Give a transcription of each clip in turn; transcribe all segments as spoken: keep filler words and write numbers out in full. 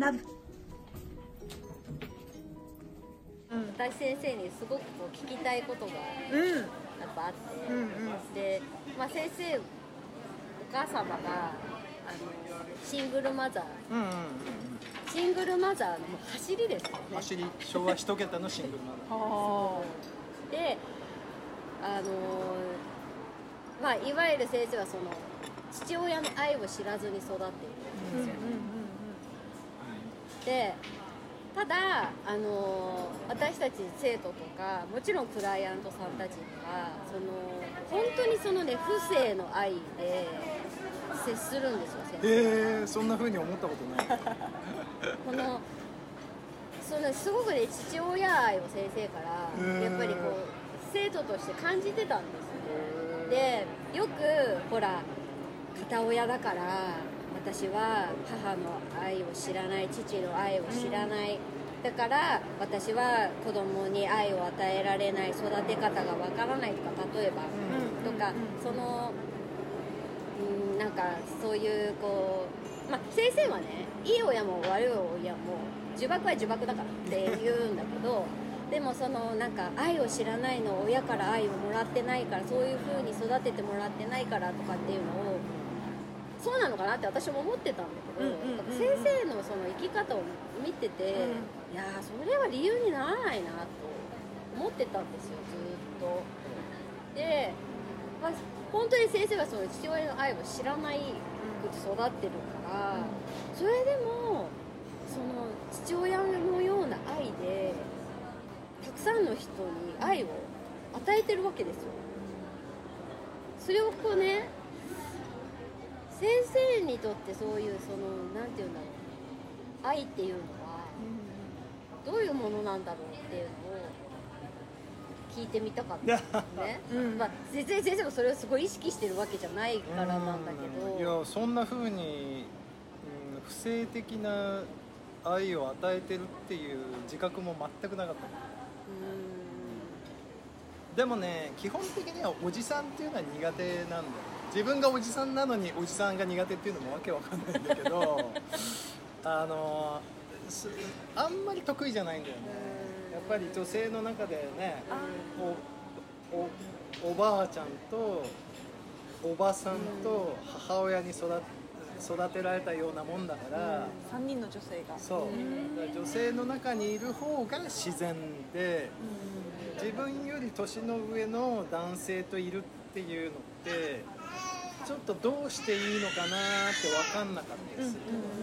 ラブ。 私先生にすごくこう聞きたいことがやっぱあって、うんうん、で、まあ、先生お母様があのシングルマザー、うんうんうん、シングルマザーの走りですよね。 走り、昭和一桁のシングルマザーで、あのまあ、いわゆる先生はその父親の愛を知らずに育っているんですよ、うんうんうんうん、でただ、あのー、私たち生徒とかもちろんクライアントさんたちにはその本当にそのね不正の愛で接するんですよ先生。 えー、そんな風に思ったことないこのそのすごくね父親愛を先生からやっぱりこう生徒として感じてたんですね。でよくほら片親だから私は母の愛を知らない、父の愛を知らない、だから私は子供に愛を与えられない、育て方がわからないとか、例えば、とかそのんなんかそういうこう、まあ、先生はねいい親も悪い親も呪縛は呪縛だからって言うんだけどでもそのなんか愛を知らないのを親から愛をもらってないから、そういう風に育ててもらってないからとかっていうのをそうなのかなって私も思ってたんだけど、うんうんうんうん、先生のその生き方を見てて、うん、いやーそれは理由にならないなと思ってたんですよ、ずっと。で、まあ、本当に先生がその父親の愛を知らないく育ってるから、うん、それでもその父親のような愛でたくさんの人に愛を与えてるわけですよ。それをこうね先生にとってそういうそのなんていうんだろう、愛っていうのはどういうものなんだろうっていうのを聞いてみたかったんですね、うんまあ、先生先生もそれをすごい意識してるわけじゃないからなんだけど、 いやそんな風に、うん、不正的な愛を与えてるっていう自覚も全くなかった。うんでもね基本的にはおじさんっていうのは苦手なんだよ。自分がおじさんなのにおじさんが苦手っていうのもわけわかんないんだけどあのあんまり得意じゃないんだよね。やっぱり女性の中でね お, お, おばあちゃんとおばさんと母親に 育, 育てられたようなもんだからさんにんの女性がそう女性の中にいる方が自然で自分より年の上の男性といるっていうのってちょっとどうしていいのかなって分かんなかったです。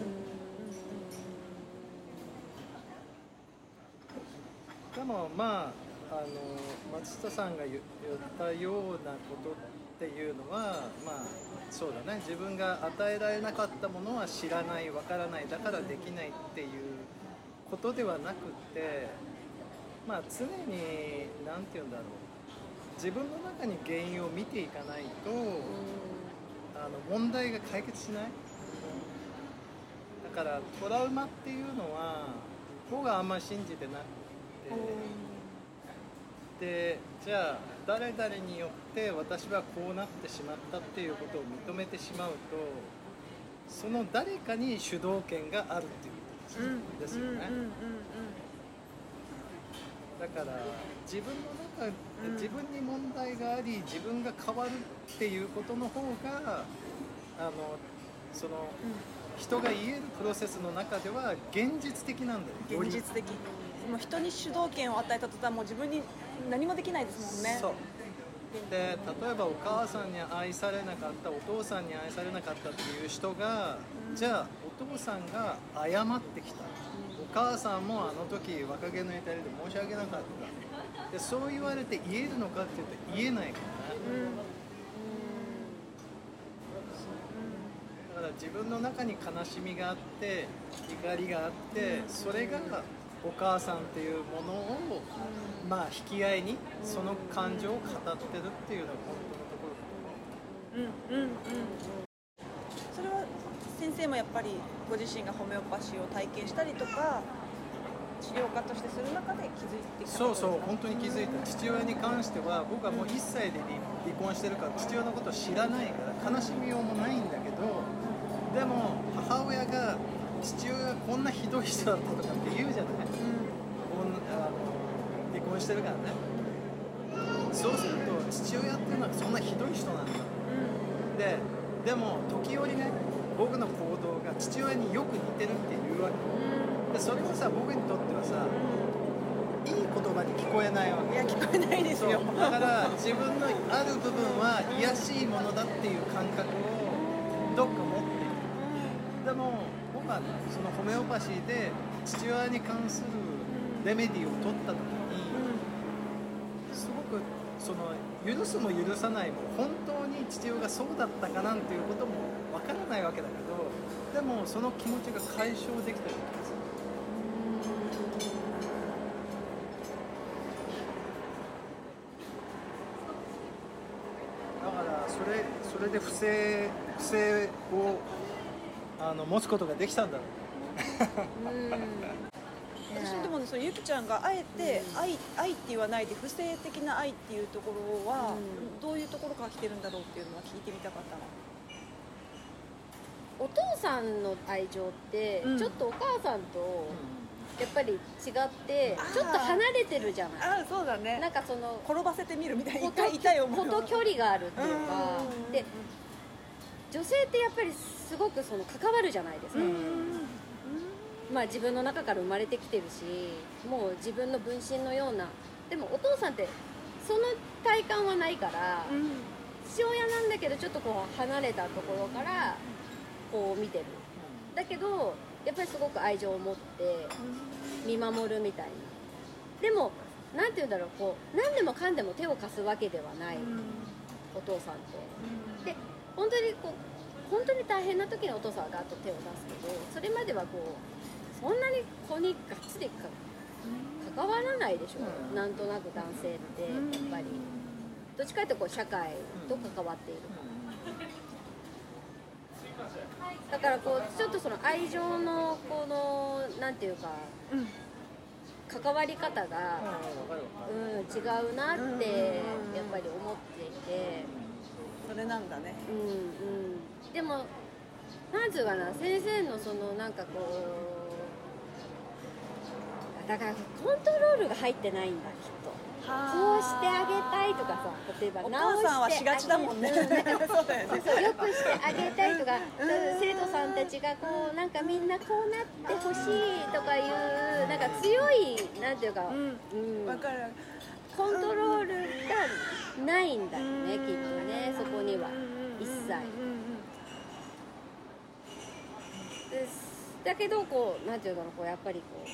でもまあ、あの松下さんが言ったようなことっていうのはまあそうだね、自分が与えられなかったものは知らない、分からない、だからできないっていうことではなくってまあ常に何て言うんだろう、自分の中に原因を見ていかないとあの問題が解決しない。だからトラウマっていうのは僕はあんまり信じてなくて、でじゃあ誰々によって私はこうなってしまったっていうことを認めてしまうとその誰かに主導権があるっていうことですよね。だから自分の中、うん、自分に問題があり自分が変わるっていうことの方があのその、うん、人が言えるプロセスの中では現実的なんだよ。 現実的。もう人に主導権を与えた途端もう自分に何もできないですもんね。 そうで例えばお母さんに愛されなかったお父さんに愛されなかったっていう人が、うん、じゃあお父さんが謝ってきた、お母さんもあの時若気の至りで申し訳なかったでそう言われて言えるのかっていうと言えないからね、うん、だから自分の中に悲しみがあって怒りがあってそれがお母さんっていうものを、まあ、引き合いにその感情を語ってるっていうのが本当のところだと思う。うんうんうん。 それは先生もやっぱりご自身がホメオパシーを体験したりとか治療家としてする中で気づいてきたことですか？ そうそう本当に気づいた。父親に関しては僕はもういっさいで離婚してるから父親のことを知らないから悲しみようもないんだけどでも母親が父親がこんなひどい人だったとかって言うじゃない、うん、あの離婚してるからね。そうすると父親っていうのはそんなひどい人なんだ、うん、ででも時折ね僕の行動が父親によく似てるっていうわけ、うん、でそれはさ僕にとってはさ、いい言葉に聞こえないわけ。 いや聞こえないですよ。 だから自分のある部分は癒やしいものだっていう感覚をどっか持っている。でも僕はそのホメオパシーで父親に関するレメディを取った時にすごくその許すも許さないも本当に父親がそうだったかなんていうこともわからないわけだけど、でもその気持ちが解消できたりとかする。だからそれそれで不正不正をあの持つことができたんだろう。うん私でもね、そのゆきちゃんがあえて愛、愛って言わないで不正的な愛っていうところは、うん、どういうところから来てるんだろうっていうのは聞いてみたかったな。お父さんの愛情って、うん、ちょっとお母さんとやっぱり違ってちょっと離れてるじゃない。 ああそうだね。 なんかその転ばせてみるみたいな痛い痛い思いこと距離があるっていうか、で女性ってやっぱりすごくその関わるじゃないですか。まあ自分の中から生まれてきてるし、もう自分の分身のような。でもお父さんってその体感はないから、うん、父親なんだけどちょっとこう離れたところからこう見てる。だけどやっぱりすごく愛情を持って見守るみたいな。でもなんて言うんだろう、こう何でもかんでも手を貸すわけではない、うん、お父さんって。で本当にこう本当に大変な時にお父さんはガッと手を出すけど、それまではこうそんなに子にがっつりか関わらないでしょ、うん、なんとなく男性ってやっぱりどっちかというとこう社会と関わっているから、だからこうちょっとその愛情のこのなんていうか、うん、関わり方が、うん、違うなってやっぱり思っていて、 それなんだね。 うんうん。でもなんつうかな、先生のそのなんかこうだからコントロールが入ってないんだきっと。こうしてあげたいとかさ、例えばお母さんはしがちだもんね。そうだよね。 そうよくしてあげたいとか、生徒さんたちがこうなんかみんなこうなってほしいとかいうなんか強いなんていうか、 うんわ、うん、かる。 コントロールがないんだよね、きっとね、そこには一切。だけどこうなんていうの、こうやっぱりこ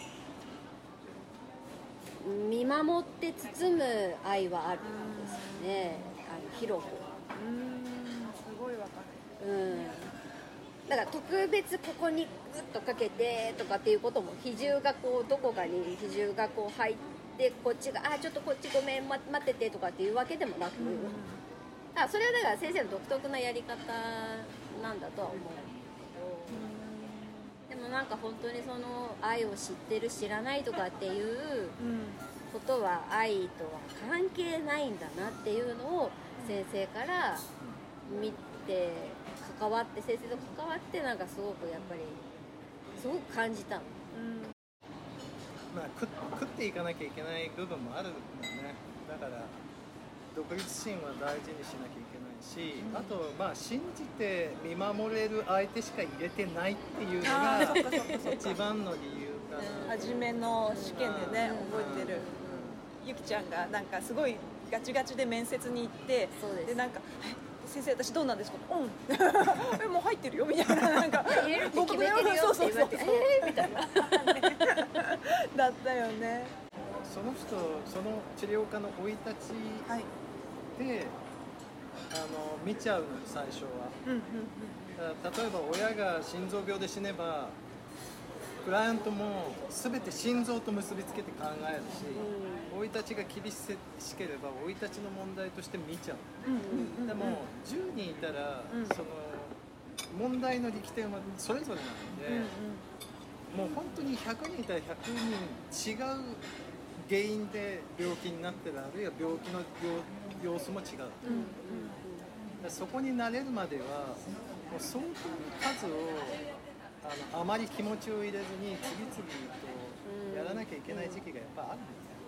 う見守って包む愛はあるんですよね、あの広く。 うーん、すごいわかる。うん。だから特別ここにグッとかけてとかっていうことも、比重がこうどこかに比重がこう入ってこっちがあちょっとこっちごめん待っててとかっていうわけでもなく、うん、あそれはだから先生の独特なやり方なんだとは思う。でもなんか本当にその愛を知ってる知らないとかっていうことは愛とは関係ないんだなっていうのを先生から見て関わって、先生と関わってなんかすごくやっぱりすごく感じたの。 まあ、食, 食っていかなきゃいけない部分もあるんだよね。だから独立心は大事にしなきゃいけないし、うん、あとまあ信じて見守れる相手しか入れてないっていうのが一番の理由かな。 初めの試験でね、覚えてる、うん、ゆきちゃんがなんかすごいガチガチで面接に行って、 そうです。 でなんか先生私どうなんですか、うんえもう入ってるよみたいな、なんか入れるって決めてるよって言われてえーみたいなだったよね。 その人、その治療家の生い立ちで、はい、あの見ちゃうの最初は、うんうんうん、だから例えば親が心臓病で死ねばクライアントも全て心臓と結びつけて考えるし、生、うん、い立ちが厳しければ生い立ちの問題として見ちゃう、うんうんうんうん、でもじゅうにんいたら、うん、その問題の力点はそれぞれなので、うんうん、もう本当にひゃくにんいたらひゃくにん違う原因で病気になってる、あるいは病気の様子も違う、うんうん、そこに慣れるまではもう相当な数をあのあまり気持ちを入れずに次々とやらなきゃいけない時期がやっぱあるん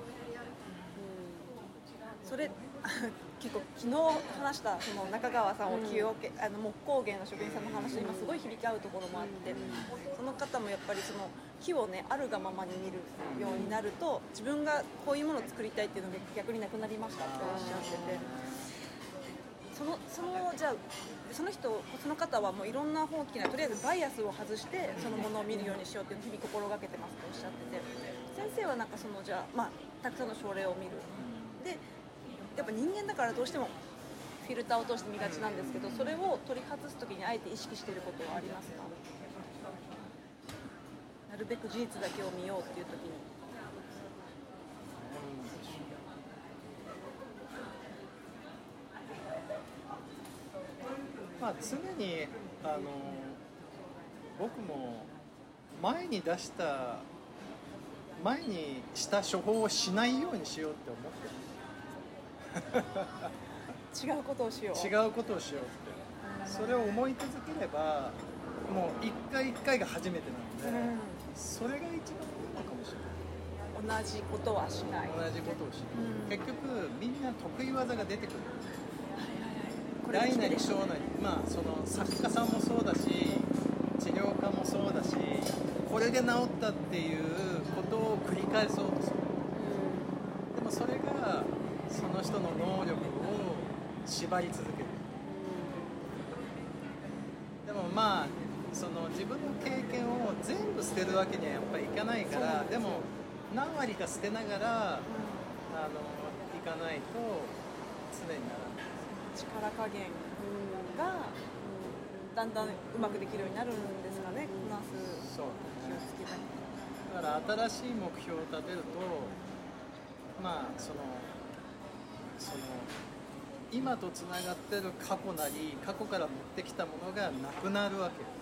ですよ、 それ結構昨日話したその中川さんを木桶、うん、あの木工芸の職人さんの話と今すごい響き合うところもあって、その方もやっぱりその木をねあるがままに見るようになると自分がこういうものを作りたいっていうのが逆になくなりましたっておっしゃってて、そのそのじゃあその人その方はもういろんな大きなとりあえずバイアスを外してそのものを見るようにしようっていうのを日々心がけてますっておっしゃってて、先生はなんかそのじゃあまあたくさんの症例を見るでやっぱ人間だからどうしてもフィルターを通して見がちなんですけど、それを取り外すときにあえて意識していることはありますか？なるべく事実だけを見ようっていうときに。 まあ常にあの僕も前に出した前にした処方をしないようにしようって思ってる。 違うことをしよう違うことをしようって、それを思い続ければもう一回一回が初めてなので、うん、それが一番いいのかもしれない。同じことはしない同じことをしない、うん、結局みんな得意技が出てくる、 はいはいはい、 大なり小なり、まあその作家さんもそうだし治療家もそうだし、これで治ったっていうことを繰り返そうとする、うん、でもそれがその人の能力を縛り続ける、でもまあその自分の経験を全部捨てるわけにはやっぱりいかないから、でも何割か捨てながら、うん、あのいかないと常にならない力加減が、うん、だんだんうまくできるようになるんですかね、こなす気をつけたり、 だから新しい目標を立てると、まあそのその今とつながってる過去なり過去から持ってきたものがなくなるわけです。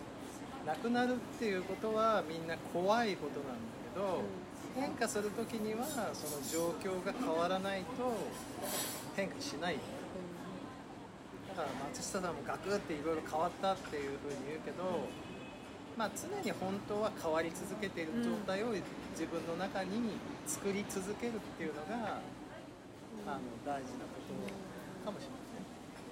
なくなるっていうことはみんな怖いことなんだけど、うん、変化する時にはその状況が変わらないと変化しない、うん、だから松下さんもガクっていろいろ変わったっていうふうに言うけど、まあ、常に本当は変わり続けている状態を自分の中に作り続けるっていうのが、うん、あの大事なことかもしれないね。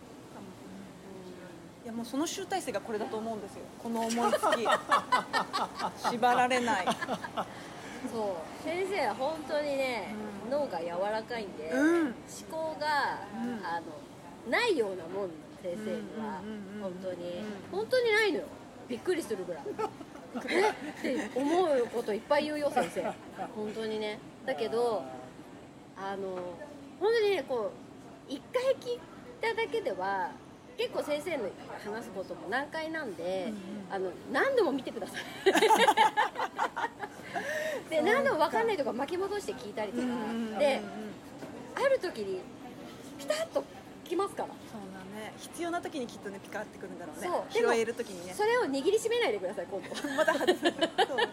いやもうその集大成がこれだと思うんですよ、この思いつき縛られないそう先生は本当にね、うん、脳が柔らかいんで、うん、思考が、うん、あのないようなもん先生には、うん、本当に、うん、本当にないのよ、びっくりするぐらいえって思うこといっぱい言うよ先生本当にね。だけどあの本当にねこう一回聞いただけでは結構先生の話すことも難解なんで、うんうん、あの何度も見てくださいで何度も分かんないとこ巻き戻して聞いたりとか、うんうん、である時にピタッときますから。 そうだね、必要な時にきっとねピカってくるんだろうね。 そう拾える時にね。 それを握りしめないでください今度また外すそう